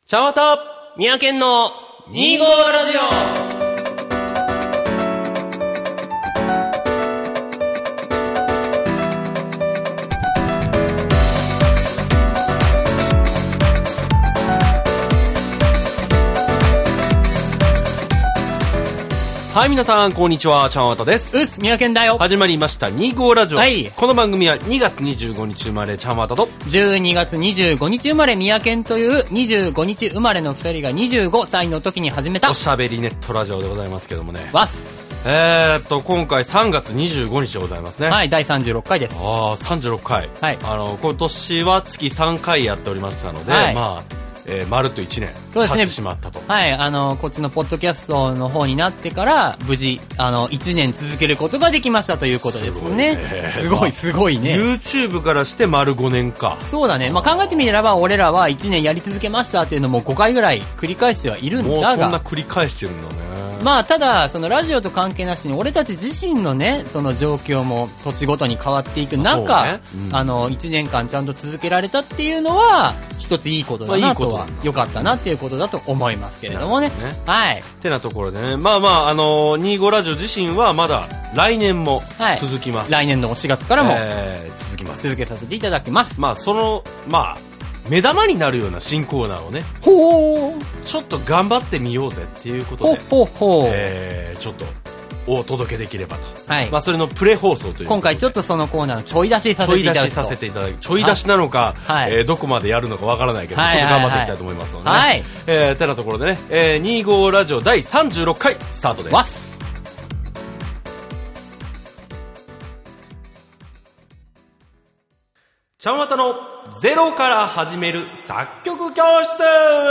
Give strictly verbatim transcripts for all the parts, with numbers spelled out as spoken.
ちゃわた三宅県のに号ラジオ。 はい、皆さんこんにちは、ちゃんわたです。 うっす、三宅県だよ。 始まりましたに号ラジオ、 はい、 この番組はにがつにじゅうごにち生まれちゃんわたとじゅうにがつにじゅうごにち生まれ三宅県というにじゅうごにち生まれのふたりがにじゅうごさいの時に始めたおしゃべりネットラジオでございますけどもね。 わっえーっと今回さんがつにじゅうごにちでございますね。 はい、だいさんじゅうろっかいです。 ああ、さんじゅうろっかい、 はい、 あの今年は月さんかいやっておりましたので、はい、まあえー、まるっといちねん経ってしまったと。 はい、あのこっちのポッドキャストの方になってから無事あのいちねん続けることができましたということですね。すごいすごいね。 YouTube からして丸ごねんか。 そうだね。まあ、考えてみれば俺らはいちねんやり続けましたっていうのもごかいぐらい繰り返してはいるんだが、 もうそんな繰り返してるんだね。 まあただそのラジオと関係なしに俺たち自身のねその状況も年ごとに変わっていく中、ね、うん、あのいちねんかんちゃんと続けられたっていうのは一ついいことだなとは、良かったなっていうことだと思いますけれども ね, ねはい。 てなところでね、まあまああのに号ラジオ自身はまだ来年も続きます、 はい、来年のしがつからも、 えー、続きます。 続けさせていただきます。 まあそのまあ目玉になるような新コーナーをね、 ほーちょっと頑張ってみようぜっていうことで、 ほほほ、 えー、ちょっとお届けできればと、 はい、 まあ、それのプレ放送という今回ちょっとそのコーナーのちょい出しさせていただくと、ちょい出しさせていただく、 ちょい出しなのか、はい、えー、どこまでやるのかわからないけど、はい、ちょっと頑張っていきたいと思いますので、ね、 はい、 えー、てなところでね、えー、に号ラジオだいさんじゅうろっかいスタートです。 わっちゃんわたのゼロから始める作曲教室。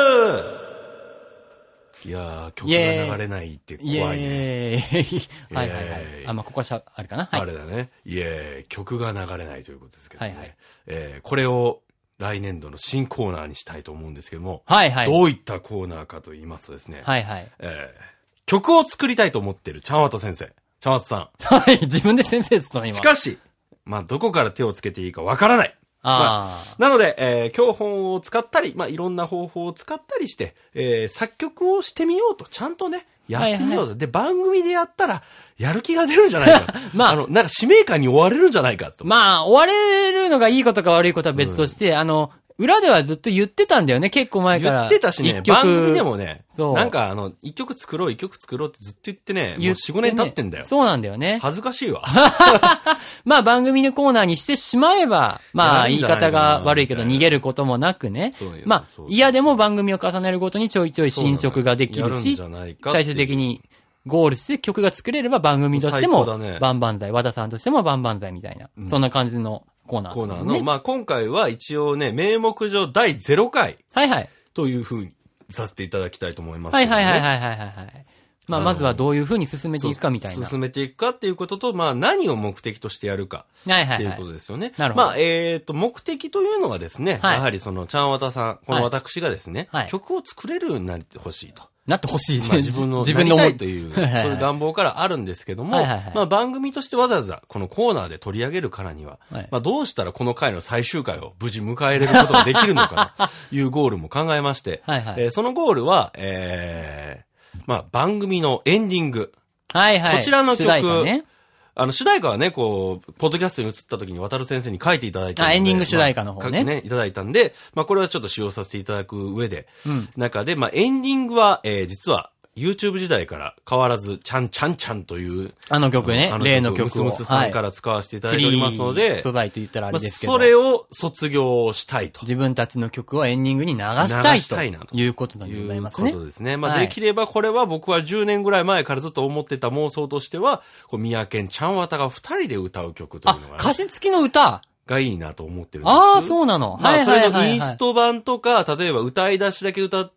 いやー、曲が流れないって怖いね。 イエーイはいはいはい。あ、まあ、ここはしゃ、あれかな、はい、 あれだね。イエーイ、曲が流れないということですけどね。 はいはい、 えー、これを来年度の新コーナーにしたいと思うんですけども、 はいはい。 どういったコーナーかと言いますとですね、 はいはい。 えー、曲を作りたいと思ってるちゃんわた先生。ちゃんわたさん。 はい、自分で先生ですかね、今。 しかし、まあ、どこから手をつけていいかわからない。 あまあ、なので、えー、教本を使ったり、まあ、いろんな方法を使ったりして、えー、作曲をしてみようと、ちゃんとね、やってみようと。はいはい、で、番組でやったら、やる気が出るんじゃないか。まあ、あの、なんか使命感に追われるんじゃないかと。 まあ、追われるのがいいことか悪いことは別として、うん、あの、裏ではずっと言ってたんだよね、結構前から。 言ってたしね、番組でもね、なんかあの、一曲作ろう、一曲作ろうってずっと言ってね、もうよん、ごねん経ってんだよ。 そうなんだよね。 恥ずかしいわ。 まあ番組のコーナーにしてしまえば、まあ言い方が悪いけど逃げることもなくね。まあ嫌でも番組を重ねるごとにちょいちょい進捗ができるし、最終的にゴールして曲が作れれば番組としても、バンバンザイ、和田さんとしてもバンバンザイみたいな、うん、そんな感じのコーナー、ね。 コーナーの、まあ今回は一応ね、名目上だいゼロかい。 はいはい。 という風にさせていただきたいと思います、 ね。はいはいはいはいはいはい。まあまずはどういう風に進めていくかみたいな。 進めていくかっていうことと、まあ何を目的としてやるか。 はいはいはい。 っていうことですよね。 なるほど。 まあえっと、目的というのはですね、はい、やはりその、ちゃんわたさん、この私がですね、はい、曲を作れるようになってほしいと。 なってほしいですね。 まあ自分の、自分のなりたいという、そういう願望からあるんですけども、まあ番組としてわざわざこのコーナーで取り上げるからには、はい、まあどうしたらこの回の最終回を無事迎え入れることができるのかというゴールも考えまして、 はいはい、 えー、そのゴールは、えー、まあ番組のエンディング。 はいはい。 こちらの曲、 主題歌ね、 あの、主題歌はね、こう、ポッドキャストに移った時に渡る先生に書いていただいたので。 あ、エンディング主題歌の方ね。 まあ、ね、いただいたんで、まあこれはちょっと使用させていただく上で、うん、中で、まあエンディングは、えー、実は、YouTube 時代から変わらず、ちゃんちゃんちゃんという。 あの曲ね。例の曲を。 ムスムスさんから使わせていただいておりますので。 素材と言ったらあれですけど。 まあ、それを卒業したいと。 自分たちの曲をエンディングに流したいと。流したいなと。いうことなんでございますね。 いうことですね。まあ、できればこれは僕はじゅうねんぐらい前からずっと思ってた妄想としては、こう、宮県ちゃんわたがふたりで歌う曲というのが、ね。 あ、歌詞付きの歌がいいなと思ってるんです。 ああ、そうなの。 まあ、それのインスト版とか、例えば歌い出しだけ歌って、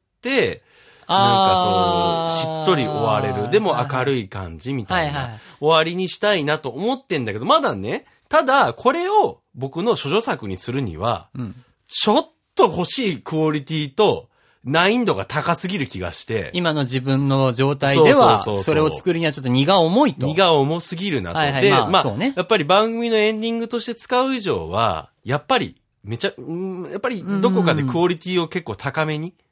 なんかそう、しっとり終われる。でも明るい感じみたいな終わりにしたいなと思ってんだけど、まだね、ただこれを僕の処女作にするには、うん、ちょっと欲しいクオリティと難易度が高すぎる気がして。 今の自分の状態では、それを作るにはちょっと荷が重いと。 荷が重すぎるなと。 はいはい、 で、 まあ、 まあ、 そうね、 やっぱり番組のエンディングとして使う以上は、やっぱり、めちゃ、やっぱりどこかでクオリティを結構高めに。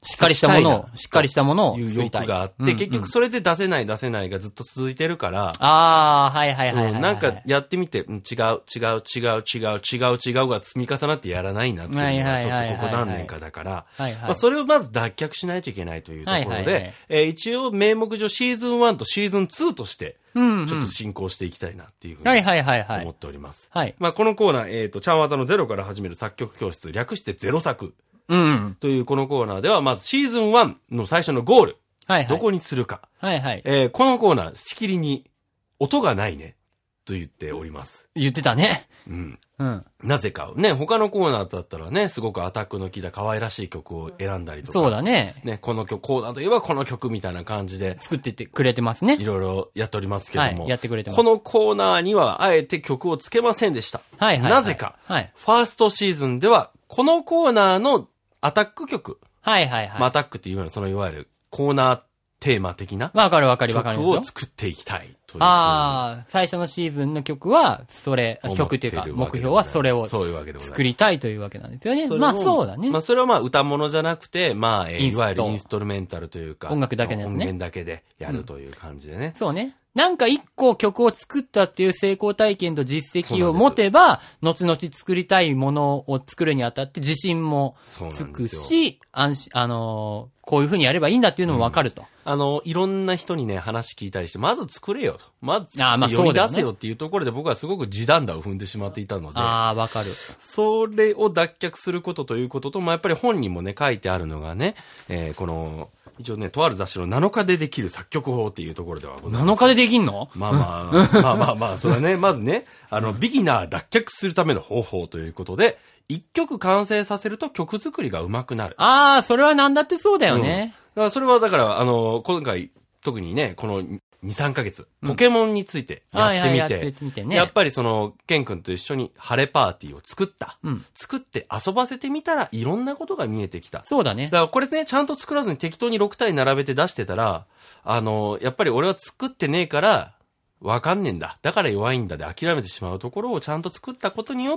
しっかりしたものを、しっかりしたものを作りたい。いう欲があって、うんうん、結局それで出せない出せないがずっと続いてるから、 ああ、はいはいはいはい、はい。 なんかやってみて、違う、違う、違う、違う、違う、違うが積み重なってやらないなっていうのが、ちょっとここ何年かだから、まあそれをまず脱却しないといけないというところで、はいはいはい、えー、一応名目上シーズンワンとシーズンツーとして、ちょっと進行していきたいなっていうふうに思っております。 はい。 まあこのコーナー、えっと、ちゃんわたのゼロから始める作曲教室、略してゼロ作。 うん。 というこのコーナーでは、まずシーズンワンの最初のゴール。はいはい。どこにするか。 はいはい。 えー、このコーナー、しきりに、音がないね。と言っております。 言ってたね。 うん。 うん。 なぜか。ね、他のコーナーだったらね、すごくアタックの効いた可愛らしい曲を選んだりとか。 そうだね。 ね、この曲、コーナーといえばこの曲みたいな感じで。 作ってってくれてますね。 いろいろやっておりますけども。 はい、やってくれてます。 このコーナーには、あえて曲をつけませんでした。 はいはい、はい。 なぜか。はい。ファーストシーズンでは、このコーナーのアタック曲。 はいはいはい。 まあ、アタックっていうのは、そのいわゆるコーナーテーマ的な。 わかるわかるわかる。 曲を作っていきたいという。 ああ、最初のシーズンの曲は、それ、曲っていうか、目標はそれを作りたいというわけなんですよね。まあそうだね。 まあそれはまあ歌物じゃなくて、まあ、えー、いわゆるインストルメンタルというか、 音楽だけのやつね。 音源だけでやるという感じでね。 うん、そうね。なんか一個曲を作ったっていう成功体験と実績を持てば、後々作りたいものを作るにあたって自信もつくし、安心、あのー、こういう風にやればいいんだっていうのもわかると。うん、 あの、いろんな人にね、話聞いたりして、まず作れよと。まず作って読み出せよっていうところで僕はすごく地団打を踏んでしまっていたので。 ああ、わかる。 それを脱却することということと、まあ、やっぱり本にもね、書いてあるのがね、えー、この、一応ね、とある雑誌のなのかでできる作曲法っていうところではございます。 なのかでできんの？ まあまあ、まあまあまあ、それはね、まずね、あの、ビギナー脱却するための方法ということで、一曲完成させると曲作りが上手くなる。 ああ、それはなんだってそうだよね。 うん、だからそれはだから、あの、今回、特にね、このに、さんかげつ、ポケモンについてやってみて、やっぱりその、ケン君と一緒に晴れパーティーを作った。うん、作って遊ばせてみたらいろんなことが見えてきた。 そうだね。 だからこれね、ちゃんと作らずに適当にろくたい並べて出してたら、あの、やっぱり俺は作ってねえから、わかんねえんだ。だから弱いんだで諦めてしまうところをちゃんと作ったことによって、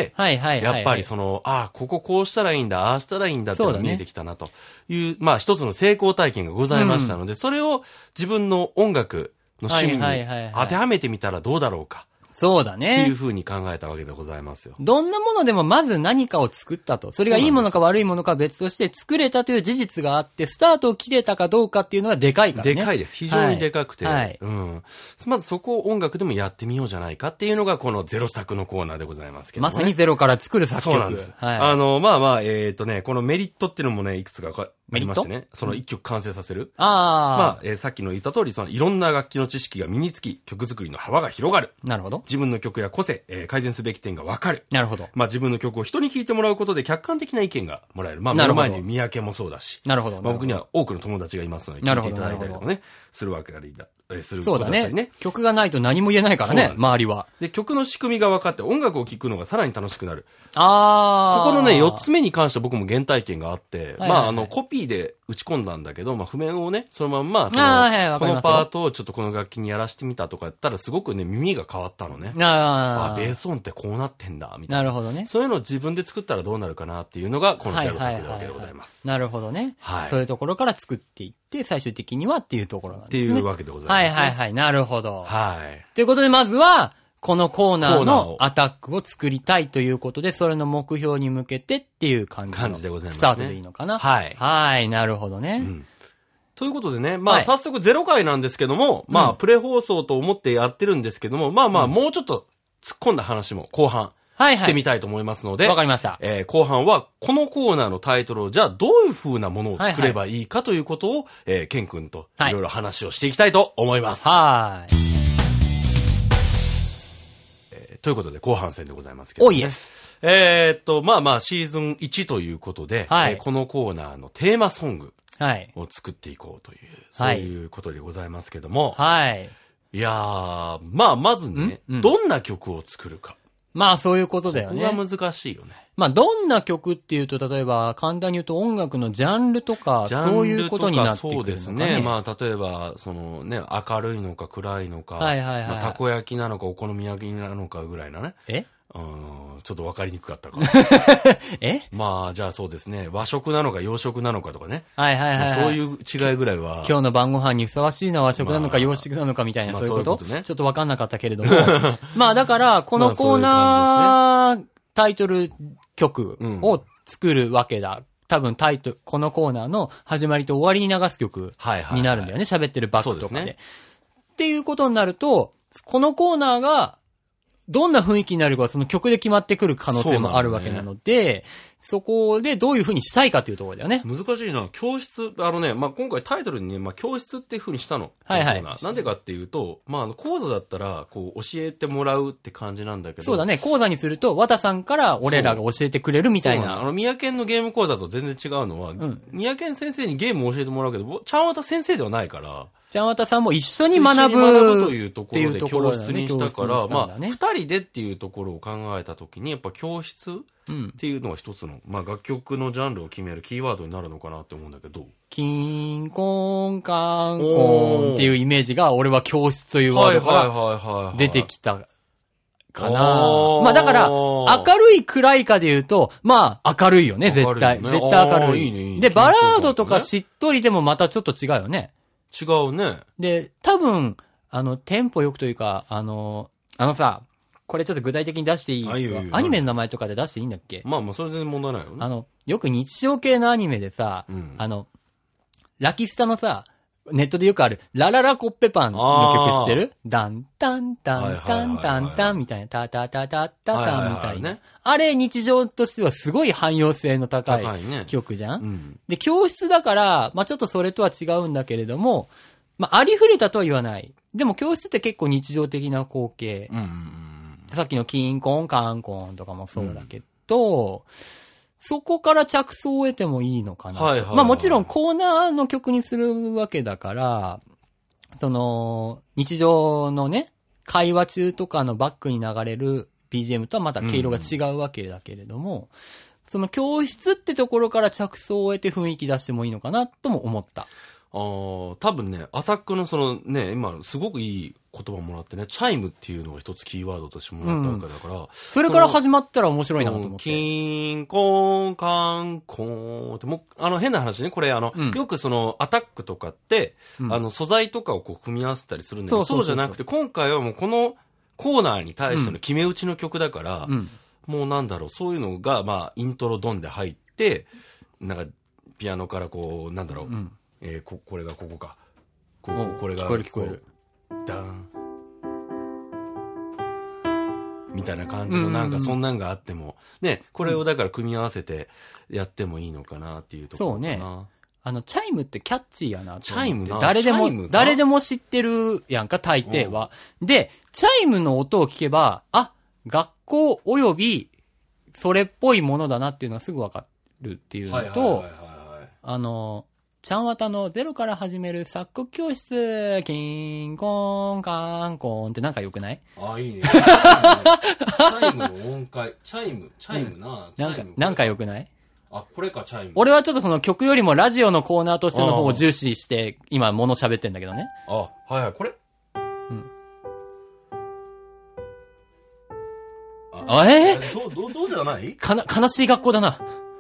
はいはいはい、はい。 やっぱりその、ああ、こここうしたらいいんだ、ああしたらいいんだっていうのが見えてきたなという、うね、まあ一つの成功体験がございましたので、うん、それを自分の音楽の趣味に当てはめてみたらどうだろうか。 そうだね。 っていう風に考えたわけでございますよ。 どんなものでもまず何かを作ったと。それがいいものか悪いものか別として作れたという事実があって、スタートを切れたかどうかっていうのがでかいからね。 でかいです。非常にでかくて。はい。うん。まずそこを音楽でもやってみようじゃないかっていうのがこのゼロ作のコーナーでございますけどね。 まさにゼロから作る作曲。 そうなんです。はい。あの、まあまあ、えっとね、このメリットっていうのもね、いくつかありましてね。その一曲完成させる。 ああ。 まあ、えー、さっきの言った通り、そのいろんな楽器の知識が身につき、曲作りの幅が広がる。 なるほど。 自分の曲や個性、えー、改善すべき点がわかる。 なるほど。 まあ自分の曲を人に聴いてもらうことで客観的な意見がもらえる。まあ目の前に見分けもそうだし。 なるほど。 まあ僕には多くの友達がいますので、聴いていただいたりとかね、するわけだ。することだったりね。 そうだね。曲がないと何も言えないからね、周りは。 で、曲の仕組みが分かって音楽を聴くのがさらに楽しくなる。 ああ。 ここのね、よっつめに関しては僕も原体験があって、はいはいはい、まああの、コピーで打ち込んだんだけど、まあ譜面をね、そのまんま、その、はいはい、このパートをちょっとこの楽器にやらしてみたとかやったらすごくね、耳が変わったのね。ああ。ベース音ってこうなってんだ、みたいな。 なるほどね。 そういうのを自分で作ったらどうなるかなっていうのが、このゼロ作なわけでございます。 なるほどね。はい。そういうところから作っていって、最終的にはっていうところなんですね。 っていうわけでございます、ね。 はいはいはい。なるほど。 はい。 ということで、まずは、このコーナーのアタックを作りたいということで、それの目標に向けてっていう感じの感じでございます、ね。 スタートでいいのかな。 はい。 はい、なるほどね。うん、 ということでね、まあ早速ゼロかいなんですけども、はい、まあプレ放送と思ってやってるんですけども、まあまあもうちょっと突っ込んだ話も後半。はいはい。してみたいと思いますので。 わかりました。 えー、後半は、このコーナーのタイトルを、じゃあどういう風なものを作ればいいかということを、はいはい、えー、ケン君といろいろ話をしていきたいと思います。 はい。 えー、ということで、後半戦でございますけど、ね。 おいです。 えー、っと、まあまあ、シーズンいちということで、はい、えー、このコーナーのテーマソングを作っていこうという、はい、そういうことでございますけども。 はい。 いやー、まあ、まずね、うん、どんな曲を作るか。 まあそういうことだよね。 ここが難しいよね。 まあどんな曲っていうと、例えば簡単に言うと音楽のジャンルとか、そういうことになってくるのかね。 そうですね。まあ例えば、そのね、明るいのか暗いのか、 はいはいはい。 まあ、たこ焼きなのかお好み焼きなのかぐらいなね。 えうん、ちょっとわかりにくかったか。 えまあ、じゃあそうですね。和食なのか洋食なのかとかね。 はいはいはい、はい。 そういう違いぐらいは。 今日の晩ご飯にふさわしいのは和食なのか洋食なのかみたいな、まあ、そういうこと、まあ、そういうことね、ちょっとわかんなかったけれども。まあだから、このコーナー、まあね、タイトル曲を作るわけだ。うん、多分タイトル、このコーナーの始まりと終わりに流す曲になるんだよね。喋、はいはい、ってるバックとかで。ね、っていうことになると、このコーナーが、どんな雰囲気になるかはその曲で決まってくる可能性もあるわけなので、そこでどういう風にしたいかというところだよね。 難しいな。教室、あのね、まあ、今回タイトルにね、まあ、教室っていう風にしたの。 はいはい。 なんでかっていうと、まあ、あの、講座だったら、こう、教えてもらうって感じなんだけど。 そうだね。講座にすると、和田さんから俺らが教えてくれるみたいな。 そうなあの、宮県のゲーム講座と全然違うのは、うん、宮県先生にゲームを教えてもらうけど、ちゃんわた先生ではないから。 ちゃんわたさんも一緒に学ぶ。学ぶというところで教室にしたから、まあ、二人でっていうところを考えたときに、やっぱ教室っていうのが一つの、まあ楽曲のジャンルを決めるキーワードになるのかなって思うんだけど。 キンコンカンコンっていうイメージが、俺は教室というワードから出てきたかな。まあだから、明るい暗いかで言うと、まあ明るいよね、絶対。ね、絶対明るい。いいねいいね、で、バラードとかしっとりでもまたちょっと違うよね。 違うね。 で、多分、あの、テンポよくというか、あの、あのさ、これちょっと具体的に出していい？あ、いいよいいよ。アニメの名前とかで出していいんだっけ？ まあまあ、それ全然問題ないよね。 あの、よく日常系のアニメでさ、うん、あの、ラキスタのさ、ネットでよくある、ラララコッペパンの曲知ってる？ダンタンタンタンタンタンみたいな、タタタタタタンみたいな。あれ日常としてはすごい汎用性の高い曲じゃん、ねうん、で、教室だから、まあちょっとそれとは違うんだけれども、まあありふれたとは言わない。でも教室って結構日常的な光景。うんうんうん、さっきのキンコンカンコンとかもそうだけど、うんそこから着想を得てもいいのかな。はいはいはい、まあもちろんコーナーの曲にするわけだから、その、日常のね、会話中とかのバックに流れる ビージーエム とはまた毛色が違うわけだけれども、うん、その教室ってところから着想を得て雰囲気出してもいいのかなとも思った。 ああ、多分ね、アタックのそのね、今すごくいい言葉もらってね、チャイムっていうのが一つキーワードとしてもらったわけだから、うん、 それから始まったら面白いなと思って。 キーン、コーン、カン、コーンって、もう、あの変な話ね、これあの、うん、よくそのアタックとかって、うん、あの素材とかをこう組み合わせたりするんだけど、そうじゃなくて、今回はもうこのコーナーに対しての決め打ちの曲だから、うん、もうなんだろう、そういうのが、まあ、イントロドンで入って、なんか、ピアノからこう、なんだろう、うんえー、こ、これがここか。ここ、これが。 聞こえる聞こえる。 ダン。みたいな感じのなんかそんなんがあっても、ね、これをだから組み合わせてやってもいいのかなっていうところかな。そうね。 あの、チャイムってキャッチーやな。 チャイムな。 誰でも、誰でも知ってるやんか、大抵は。で、チャイムの音を聞けば、あ、学校及び、それっぽいものだなっていうのはすぐわかるっていうのと、あの、ちゃんわたのゼロから始める作曲教室、キンコンカンコンってなんか良くない？ ああ、いいね。チャイムの音階。チャイム、チャイムな。 うん、なんか、なんか良くない？ あ、これか、チャイム。 俺はちょっとその曲よりもラジオのコーナーとしての方を重視して、今物喋ってんだけどね。 あ、はいはい、これうん。 あ、えー、どう、どう、どうじゃないかな、悲しい学校だな。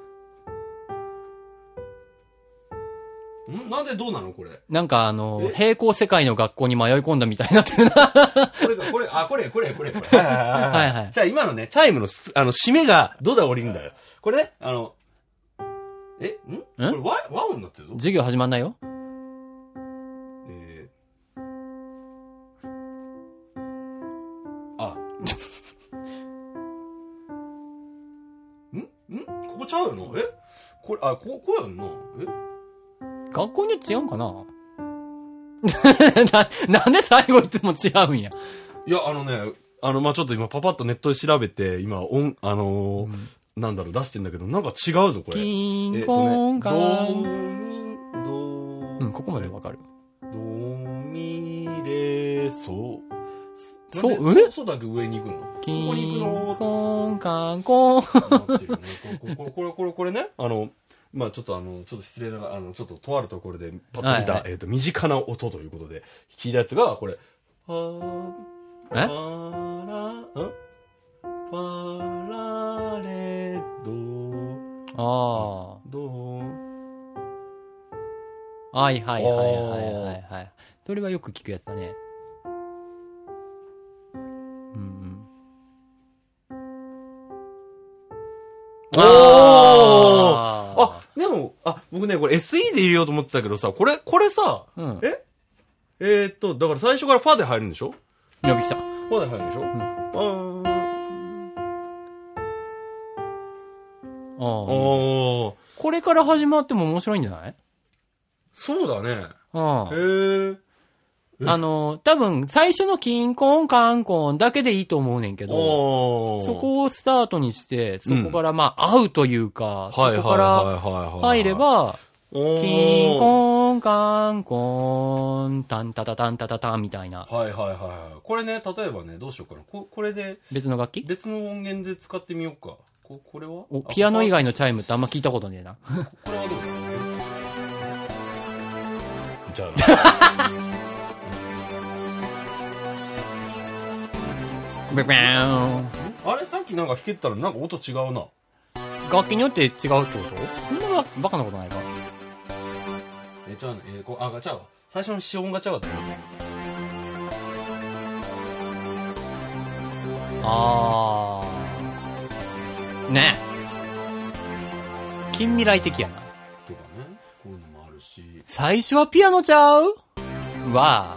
んなんでどうなのこれ。 なんかあの、平行世界の学校に迷い込んだみたいになってるな。 これか、これ、あ、これ、これ、これ、これ。はいはいはい。じゃあ今のね、チャイムの、あの、締めが、どうだ降りるんだよ。これね、あの、えんんこれ和、和音になってるぞ。 授業始まんないよ。 えー。あ。んんここちゃうのえこれ、あ、ここやんな。え学校によって違うんかなな、なんで最後いつも違うんや。 いや、あのね、あの、まあ、ちょっと今パパッとネットで調べて、今、音、あのー、うん、なんだろう、出してんだけど、なんか違うぞ、これ。 キンコンカン。 えっとね、ドミ、ドうん、ここまでわかる。 ドミレソ。 そう、えそうだけ上に行くのキンコンカンコン。 なってるね。これ、これ、これ、これね、あの、まあちょっとあの、ちょっと失礼ながら、あの、ちょっととあるところでパッと見た、はいはい、えっ、ー、と、身近な音ということで、聞いたやつが、これ、はー、 えはーら、んパラレド。 ああ。 どうはいはいはいはいはいはい。それはよく聞くやつだね。うんうん。 おーあ、でも、あ、僕ね、これ エスイー で入れようと思ってたけどさ、これ、これさ、うん、ええー、っと、だから最初からファで入るんでしょ？ いや、びっくりした。 ファで入るんでしょ？うん。あー。 あー。これから始まっても面白いんじゃない？ そうだね。 うん。 へえ。 あの、多分、最初のキンコンカンコンだけでいいと思うねんけど、そこをスタートにして、そこからまあ、会うというか、そこから入れば、キンコンカンコン、タンタタタンタタタンみたいな。 はいはいはい。これね、例えばね、どうしようかな。ここれで、 別の楽器？ 別の音源で使ってみようか。ここれはおピアノ以外のチャイムってあんま聞いたことねえな。 これはどうだじゃあ。 ブブーン。 あれさっきなんか弾けたらなんか音違うな。 楽器によって違うってこと？そんなバカなことないか。 え、ちゃうね。えー、こう、あ、ちゃうわ。最初の指音がちゃうわったね。 あー。ね。近未来的やな。とかね。 こういうのもあるし。 最初はピアノちゃう？は、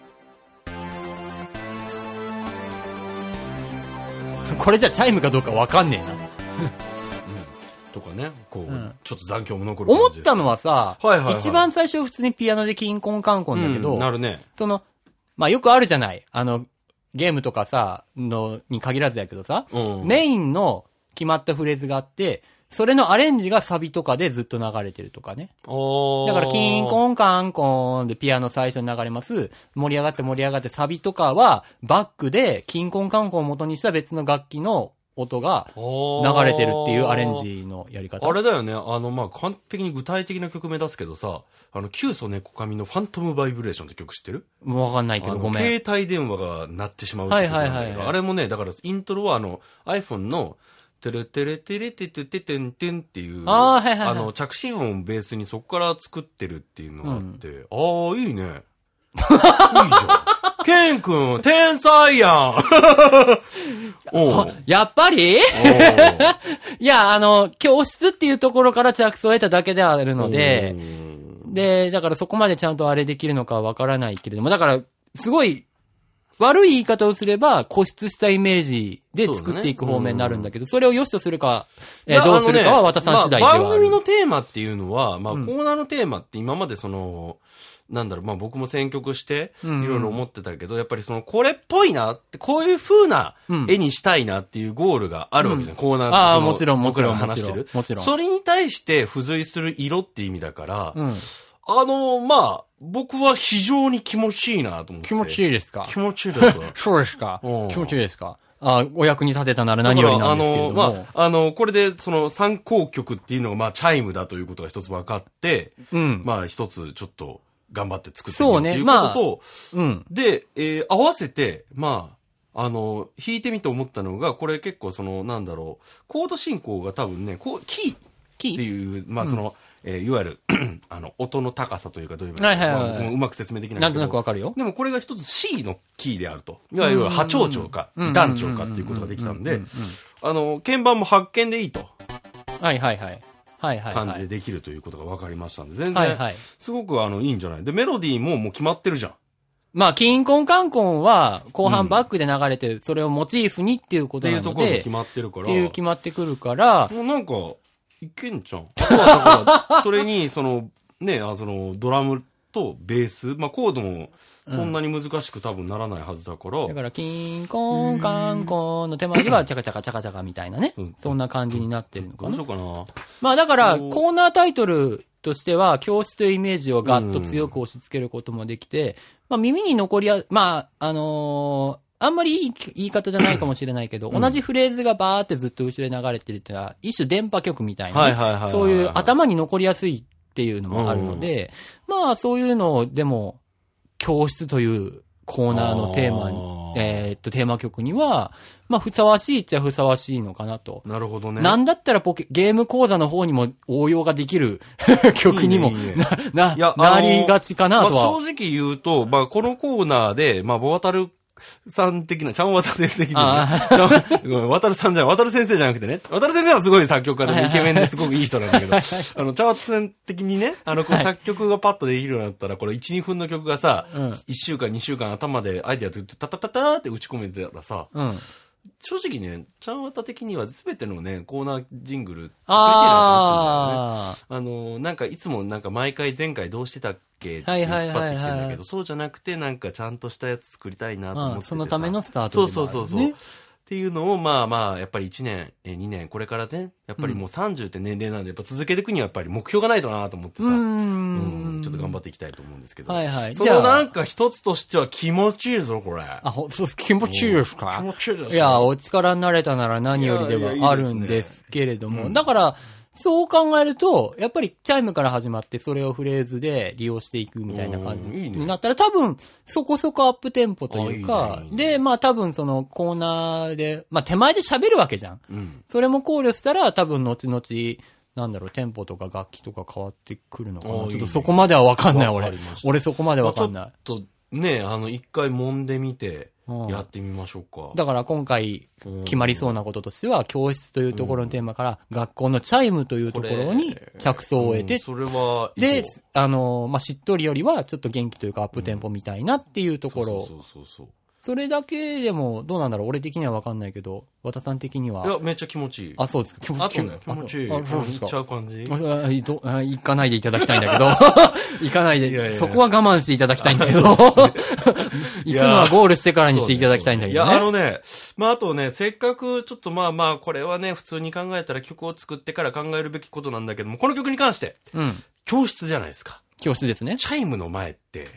これじゃチャイムかどうかわかんねえな。うん。 とかね、こう、うん、ちょっと残響も残る感じ。思ったのはさ、 はいはいはい、 一番最初普通にピアノでキンコンカンコンだけど、 うん、なるね。 その、まあ、よくあるじゃない。あの、ゲームとかさ、の、に限らずやけどさ、うん、メインの決まったフレーズがあって、それのアレンジがサビとかでずっと流れてるとかね。だから、キンコンカンコンでピアノ最初に流れます。盛り上がって盛り上がってサビとかは、バックでキンコンカンコンを元にした別の楽器の音が流れてるっていうアレンジのやり方。 あれだよね。あの、まあ、完璧に具体的な曲目出すけどさ、あの、キュウソネコカミのファントムバイブレーションって曲知ってる？ わかんないけどごめん。 携帯電話が鳴ってしまうって曲なんだけど、はいはいはいはい、あれもね、だからイントロはあの、iPhone のテレテレテレテテテテンテンっていう、 あ、はいはいはい、 あの、着信音をベースにそこから作ってるっていうのがあって、うん、ああ、いいね。いいじゃん。ケン君、天才やんおやっぱりいや、あの、教室っていうところから着想を得ただけではあるので、で、だからそこまでちゃんとあれできるのかわからないけれども、だから、すごい、悪い言い方をすれば、固執したイメージで作っていく方面になるんだけど、それを良しとするか、えー、どうするかは渡さん次第ではある。 まあ、番組のテーマっていうのは、まあ、コーナーのテーマって今までその、なんだろう、まあ僕も選曲して、いろいろ思ってたけど、うんうん、やっぱりその、これっぽいなって、こういう風な絵にしたいなっていうゴールがあるわけじゃん、うん、コーナーああ、もちろん、もちろん。 話してる。 もちろん。 それに対して付随する色って意味だから、うん、あの、まあ、僕は非常に気持ちいいなと思って。 気持ちいいですか？ 気持ちいいですわ。 そうですか。気持ちいいですか？あ、お役に立てたなら何よりなんですけれども。 あの、まあ、あの、これで、その、参考曲っていうのが、まあ、チャイムだということが一つ分かって、うん。まあ、一つ、ちょっと、頑張って作ってみるっていうことと、 まあ、うん。 で、えー、合わせて、まあ、あの、弾いてみて思ったのが、これ結構その、なんだろう、コード進行が多分ね、こう、キーっていう、まあ、その、うん、えー、いわゆる、あの、音の高さというか、どういうか、はいはいはいはい、まあ、うまく説明できないけど。 なんとなくわかるよ。 でもこれが一つ C のキーであると。いわゆる波長長か、微短長かっていうことができたんで、あの、鍵盤も発見でいいと。 はいはいはい。はいはい。 感じでできるということが分かりましたんで、全然、すごくあの、いいんじゃないで、メロディーももう決まってるじゃん。 まあ、キンコンカンコンは、後半バックで流れてる、それをモチーフにっていうことなので。っていうところも決まってるから。 っていう決まってくるから。 もうなんか、いけんじゃん。あとはだから、それに、その、ね、あその、ドラムとベース、まあ、コードも、そんなに難しく多分ならないはずだから。うん、 だから、キンコンカンコンの手前には、チャカチャカチャカチャカみたいなね。うん、そんな感じになってるのかな。 どうしようかな。 まあだから、コーナータイトルとしては、教室というイメージをガッと強く押し付けることもできて、まあ耳に残りや、まあ、あのー、あんまりいい言い方じゃないかもしれないけど、うん、同じフレーズがバーってずっと後ろで流れてるっていうのは、一種電波曲みたいな、ね、そういう頭に残りやすいっていうのもあるので、うん、まあそういうのを、でも、教室というコーナーのテーマに、えー、っと、テーマ曲には、まあ、ふさわしいっちゃふさわしいのかなと。 なるほどね。 なんだったらポケ、ゲーム講座の方にも応用ができる曲にも、いいねいいね、な、な、なりがちかなとは。 まあ、正直言うと、まあ、このコーナーで、まあ、ボアタルさん的な、ちゃんわたる的な、ね、わたるさんじゃない、わたる先生じゃなくてね、わたる先生はすごい作曲家でイケメンですごくいい人なんだけど、あの、ちゃんわたさん的にね、あの、こう作曲がパッとできるようになったら、これいち、にふんの曲がさ、うん、いっしゅうかん、にしゅうかん頭でアイデアと言って、タタタターって打ち込めてたらさ、うん、正直ね、ちゃんわた的には全てのね、コーナージングル作りてるなと思ってんだよね。あの、なんかいつもなんか毎回前回どうしてたっけって引っ張ってきてんだけど、そうじゃなくてなんかちゃんとしたやつ作りたいなと思っててさ。 そのためのスタートでもある、ね。 そうそうそうそう。っていうのを、まあまあ、やっぱりいちねん、にねん、これからね、やっぱりもうさんじゅうって年齢なんで、やっぱ続けていくにはやっぱり目標がないとなと思ってさ、うん、ちょっと頑張っていきたいと思うんですけど。はいはい。そのなんか一つとしては気持ちいいぞ、これ。 あ、ほ、そう、気持ちいいですか？ 気持ちいいです。 いや、お力になれたなら何よりではあるんですけれども、だから、そう考えると、やっぱりチャイムから始まってそれをフレーズで利用していくみたいな感じになったら、多分そこそこアップテンポというか、で、まあ多分そのコーナーで、まあ手前で喋るわけじゃん。うん、それも考慮したら多分後々、なんだろう、テンポとか楽器とか変わってくるのかな。ちょっとそこまではわかんない、俺。俺そこまでわかんない。 ちょっとね、あの、一回揉んでみて、やってみましょうか。 だから今回決まりそうなこととしては、教室というところのテーマから学校のチャイムというところに着想を得て、 それは、 で、あの、まあ、しっとりよりはちょっと元気というかアップテンポみたいなっていうところ。そうそうそうそう。それだけでも、どうなんだろう、俺的には分かんないけど、和田さん的には。 いや、めっちゃ気持ちいい。 あ、そうですか。 気持ちいい。気持ちいい。あ、そうですか。いっちゃう感じ行かないでいただきたいんだけど。行かないでいやいや。そこは我慢していただきたいんだけど。行くのはゴールしてからにしていただきたいんだけどね。 いや、あのね、まあ、あとね、せっかく、ちょっとまあまあ、これはね、普通に考えたら曲を作ってから考えるべきことなんだけども、この曲に関して、うん。教室じゃないですか。 教室ですね。 チャイムの前って、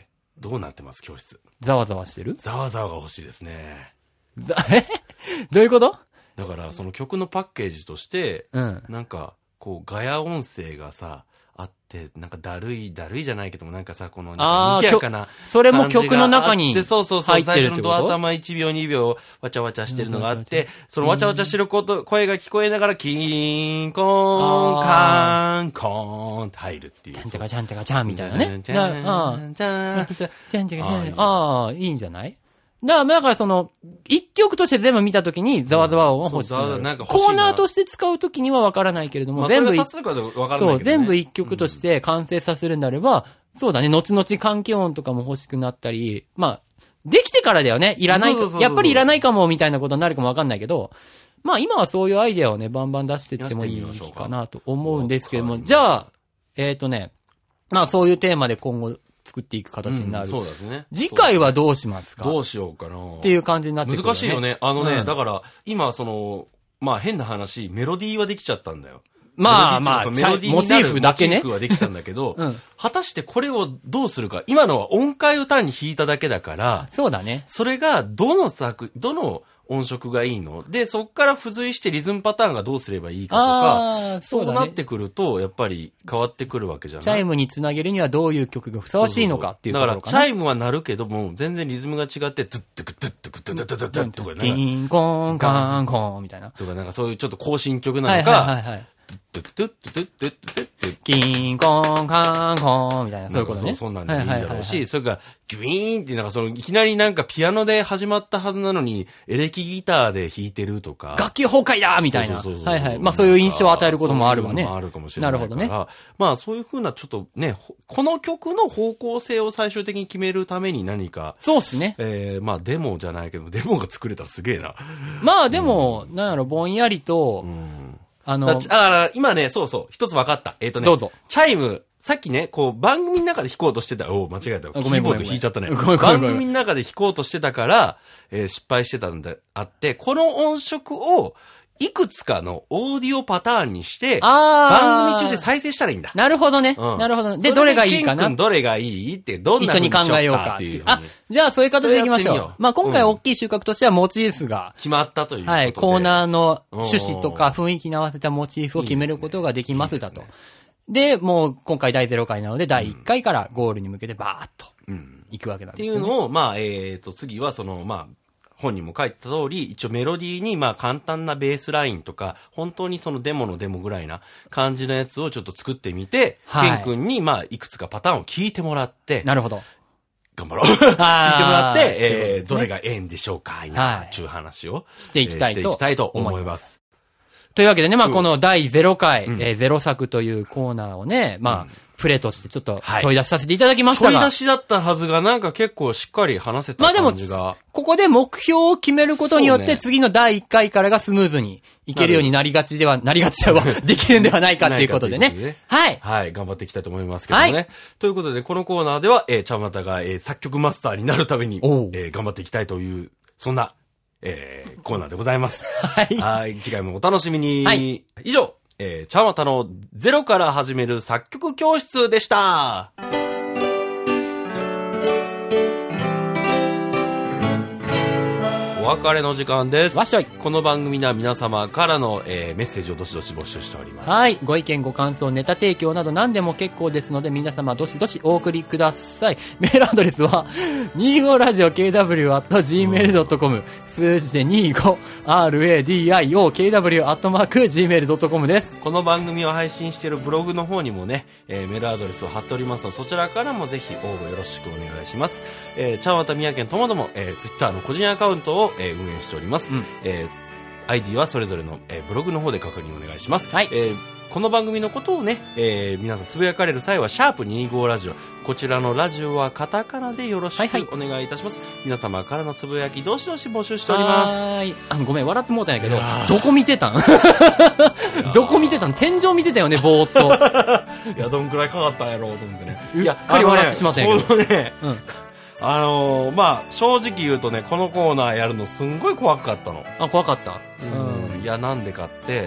どうなってます教室。 ざわざわしてる？ ざわざわが欲しいですね。 えどういうこと？ だから、その曲のパッケージとして、うん、なんか、こう、ガヤ音声がさ、あって、なんかだるい、だるいじゃないけども、なんかさ、この、にぎやかな。 それも曲の中に入ってるってこと？ そうそうそう、最初のド頭いちびょうにびょう、わちゃわちゃしてるのがあって、そのわちゃわちゃしてること、声が聞こえながら、キーン、コーン、カーン、コーンって入るっていう。 ちゃんちゃかちゃんちゃかちゃんみたいなね。ちゃんちゃかちゃんちゃかちゃん。ああ、いいんじゃない？だから、だからその、一曲として全部見たときに、ざわざわ音は欲しい。コーナーとして使うときにはわからないけれども、全部、そう、全部一曲として完成させるんであれば、そうだね、後々環境音とかも欲しくなったり、まあ、できてからだよね、いらない、やっぱりいらないかもみたいなことになるかもわかんないけど、まあ今はそういうアイデアをね、バンバン出していってもいいかなと思うんですけども、じゃあ、えっとね、まあそういうテーマで今後、作っていく形になる。うん、 そうですね。 次回はどうしますか？ どうしようかな。 っていう感じになってくる、ね。 難しいよね。あのね、うん、だから、今、その、まあ変な話、メロディーはできちゃったんだよ。 まあまあ、メロディーモチーフだけね。モチーフはできたんだけど、うん、果たしてこれをどうするか。今のは音階を単に弾いただけだから、 そうだね。 それが、どの作、どの、音色がいいので、そっから付随してリズムパターンがどうすればいいかとか、そう、ね、そうなってくると、やっぱり変わってくるわけじゃない。 チャイムにつなげるにはどういう曲がふさわしいのかっていうところかな。 だから、チャイムは鳴るけども、全然リズムが違って、ドゥッドゥクドゥッドゥクドゥッドゥドゥドゥとかね。 キンコンカンコンみたいな。 とか、なんかそういうちょっと更新曲なのか、はいはいはいはい。ドゥッドゥッドゥッドゥッドゥッドゥッキンコンカンコンみたいな、そういうことね。 そう、そんなんでいいだろうし、それが、ギュイーンってなんかその、いきなりなんかピアノで始まったはずなのに、エレキギターで弾いてるとか。 楽器崩壊だみたいな。そうそうそうそう。はいはい。まあそういう印象を与えることもあるわね。 そういうのもあるかもしれないから。 なるほどね。 まあそういうふうなちょっとね、この曲の方向性を最終的に決めるために何か。 そうっすね。 えー、まあデモじゃないけど、デモが作れたらすげえな。 まあでも、うん、なんやろ、ぼんやりと、うんあの、だから今ね、そうそう、一つ分かった。えっ、ー、とね、 どうぞ。 チャイム、さっきね、こう、番組の中で弾こうとしてた。お間違えた。キーボード弾いちゃったね。番組の中で弾こうとしてたから、えー、失敗してたんであって、この音色を、いくつかのオーディオパターンにして、番組中で再生したらいいんだ。 なるほどね。うん、なるほど。で、どれがいいかな。 どれがいいって、どんな風にしようかっていう。一緒に考えようか。 あ、じゃあそういう形でいきましょう。まあ今回大きい収穫としてはモチーフが、 決まったということで。 はい。コーナーの趣旨とか雰囲気に合わせたモチーフを決めることができますだと。 で、もう今回だいゼロかいなので、だいいっかいからゴールに向けてバーっと、行くわけなんですね、 っていうのを、まあ、えっと、次はその、まあ、本にも書いてた通り、一応メロディーに、まあ、簡単なベースラインとか、本当にそのデモのデモぐらいな感じのやつをちょっと作ってみて、はい、ケン君に、まあ、いくつかパターンを聞いてもらって、 なるほど。 頑張ろう。聞いてもらって、えーね、どれがええんでしょうか、いな、ちゅう話を、 していきたいと、 えー、していきたいと思います。 というわけでね、まあ、このだいゼロかい、うん、えー、ゼロ作というコーナーをね、まあ、うん、プレとしてちょっと、ちょい出しさせていただきましたが。 ちょい出しだったはずが、なんか結構しっかり話せた感じが。まあでも、 ここで目標を決めることによって、ね、次のだいいっかいからがスムーズにいけるようになりがちでは、なりがちではできるんではないかっていうことでね。でねはい。 はい、頑張っていきたいと思いますけどね。はい、ということで、このコーナーでは、えー、ちゃんまたが、えー、作曲マスターになるために、えー、頑張っていきたいという、そんな、えー、コーナーでございます。はい。はい。次回もお楽しみに。はい。以上、えー、ちゃんわたのゼロから始める作曲教室でした。お別れの時間です。 わっしょい。 この番組では皆様からの、えー、メッセージをどしどし募集しております。 はい。ご意見、ご感想、ネタ提供など何でも結構ですので、皆様どしどしお送りください。メールアドレスは、にじゅうごラジオケーダブリュー アット ジーメール ドットコム、数字で にじゅうごラジオ ケーダブリュー アットマーク ジーメール ドットコム です。 この番組を配信しているブログの方にもね、えー、メールアドレスを貼っておりますので、そちらからもぜひ応募よろしくお願いします。えー、ちゃんわたみやけんともども、えー、ツイッターの個人アカウントを、えー、運営しております。うん、えー、アイディー はそれぞれの、えー、ブログの方で確認お願いします。はい。えーこの番組のことをね、えー、皆さんつぶやかれる際は、シャープにじゅうごラジオ。こちらのラジオはカタカナでよろしくお願いいたします。はいはい、皆様からのつぶやき、どしどし募集しております。 はい。あ、ごめん、笑ってもうたんやけど、どこ見てたんどこ見てたん天井見てたよね、ぼーっと。 いや、どんくらいかかったんやろうと思ってね。 いや、うっかり笑ってしまったんやけど。 このね、うん、あのー、まあ、正直言うとね、このコーナーやるのすんごい怖かったの。 あ、怖かった。 うん。いや、なんでかって、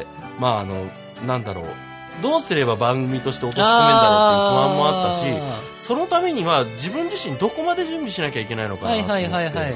まあ、あの、なんだろう。どうすれば番組として落とし込めんだろうっていう不安もあったし、そのためには自分自身どこまで準備しなきゃいけないのかなと思って。はいはいはいはいはい、はい。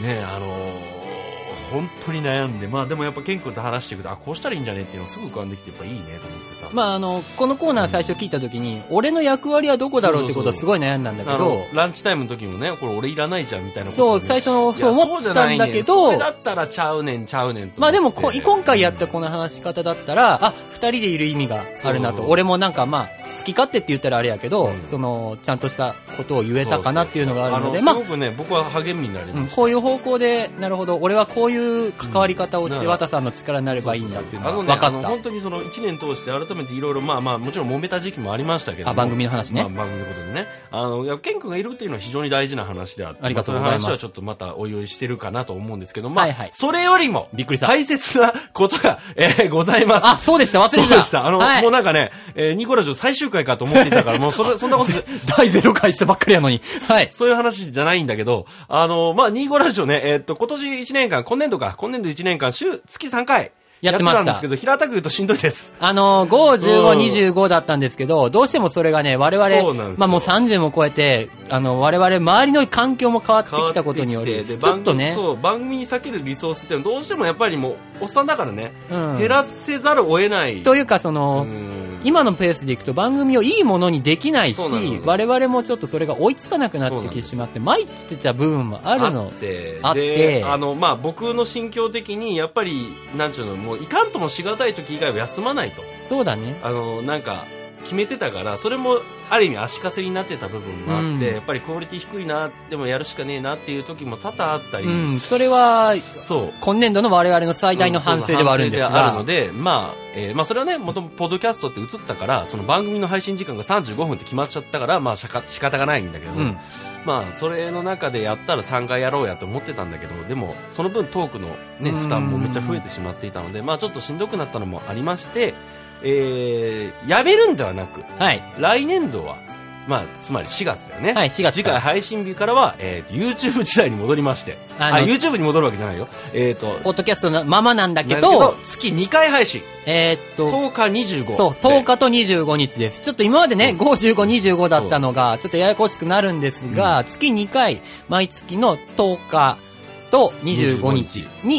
ねえ、あのー、本当に悩んで、まあでもやっぱケン君と話していくと、あ、こうしたらいいんじゃねっていうのすぐ浮かんできて、やっぱいいねと思ってさ。 まああの、このコーナー最初聞いた時に、うん、俺の役割はどこだろうってことはすごい悩んだんだけど、そうそうそう、 ランチタイムの時もね、これ俺いらないじゃんみたいなこと、 ね、そう、最初のそう思ったんだけど、 それだったらちゃうねんちゃうねんと。 まあでもこ、今回やったこの話し方だったら、あ、二人でいる意味があるなと。俺もなんかまあ、好き勝手って言ったらあれやけど、うん、その、ちゃんとしたことを言えたかなっていうのがあるので、 まあ、すごくね、僕は励みになりました、うん。 こういう方向で、なるほど、俺はこういう関わり方をして、わたさんの力になればいいんだっていうのが分かった。あのね、あの本当にその一年通して改めていろいろ、まあまあ、もちろん揉めた時期もありましたけど、 あ、番組の話ね。 まあ、番組のことでね。あの、いや、ケン君がいるっていうのは非常に大事な話であって、 ありがとうございます。 まあ、その話はちょっとまたおいおいしてるかなと思うんですけど、まあ、 はいはい、 それよりも、 びっくりした。 大切なことが、えー、ございます。 あ、そうでした、忘れてた。 そうでした。あの、はい、もうなんかね、えー、ニコラジオ最終回かと思っていたから、もうそれ、そんなことで。 だいゼロかいしたばっかりやのに。はい。 そういう話じゃないんだけど、あの、まあ、にじゅうごラジオね、えー、っと、今年いちねんかん、今年度か、今年度いちねんかん、週、月さんかい。 やってました。やってたんですけど、平たく言うとしんどいです。 あの、ご、じゅうご、にじゅうごだったんですけど、どうしてもそれがね、我々、まあもうさんじゅうも超えて、あの、我々、周りの環境も変わってきたことにより、ちょっとね。 そう、番組に避けるリソースっていうのはどうしてもやっぱりもう、おっさんだからね、うん、減らせざるを得ない。 というか、その、今のペースでいくと番組をいいものにできないし、我々もちょっとそれが追いつかなくなってきてしまって、参ってた部分もあるの。 あって、あって、あの、まあ、僕の心境的に、やっぱり、なんちゅうの、もういかんともしがたい時以外は休まないと。 そうだね。 あの、なんか、決めてたから、それもある意味足かせになってた部分もあって、うん、やっぱりクオリティ低いな、でもやるしかねえなっていう時も多々あったり、 うん、それはそう今年度の我々の最大の反省ではあるんですが、 うん、あるので、まあえー、まあそれはね、元々ポッドキャストって映ったから、その番組の配信時間がさんじゅうごふんって決まっちゃったから、まあしか仕方がないんだけど、うん、まあそれの中でやったらさんかいやろうやと思ってたんだけど、でもその分トークのね負担もめっちゃ増えてしまっていたので、まあちょっとしんどくなったのもありまして。えー、やめるんではなく、 はい、 来年度は、まあ、つまりしがつだよね。 はい、しがつ。 次回配信日からは、えー、YouTube 時代に戻りまして。あ、YouTube に戻るわけじゃないよ。えっ、ー、と、 ポッドキャストのままなんだけど、けど月にかい配信。 えー、っと、 とおか、にじゅうご。 そう、とおかとにじゅうごにちです。ちょっと今までね、ご、じゅうご、にじゅうごだったのが、ちょっとややこしくなるんですが、うん、月にかい、毎月のとおかとにじゅうごにちに、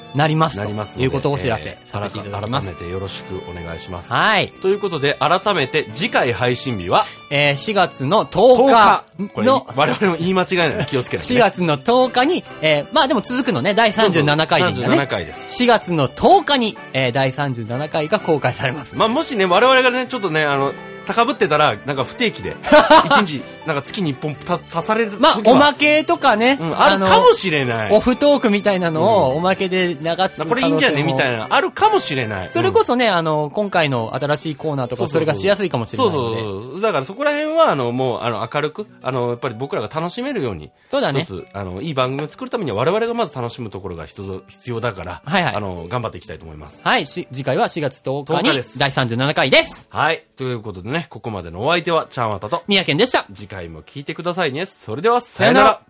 なります。 なりますということをお知らせさせていただきます。 改めてよろしくお願いします。 はい。 ということで、改めて次回配信日は、 えー、しがつのとおかこれ、 の、 我々も言い間違いないので気をつけないと、ね。 しがつのとおかに、えー、まあでも続くのね、だいさんじゅうななかいでいいんだね。 さんじゅうななかいです。 しがつのとおかに、えー、だいさんじゅうななかいが公開されます。 まあもしね、我々がね、ちょっとね、あの、高ぶってたら、なんか不定期で、一日、なんか月に一本た足される時は。 まあ、おまけとかね。 うん、あるかもしれない。 オフトークみたいなのをおまけで流す。 これいいんじゃねみたいな、あるかもしれない。 それこそね、あの、今回の新しいコーナーとか、それがしやすいかもしれないので。 そうそうそう。だからそこら辺は、あの、もう、あの、明るく、あの、やっぱり僕らが楽しめるように。 そうだね。 一つ、あの、いい番組を作るためには我々がまず楽しむところが必要だから、 はいはい。 あの、頑張っていきたいと思います。 はい。し、次回はしがつとおかに、だいさんじゅうななかいです。 はい。ということでね、ここまでのお相手は、ちゃんわたと、 みやけんでした。 次回も聞いてくださいね。それでは、さよなら。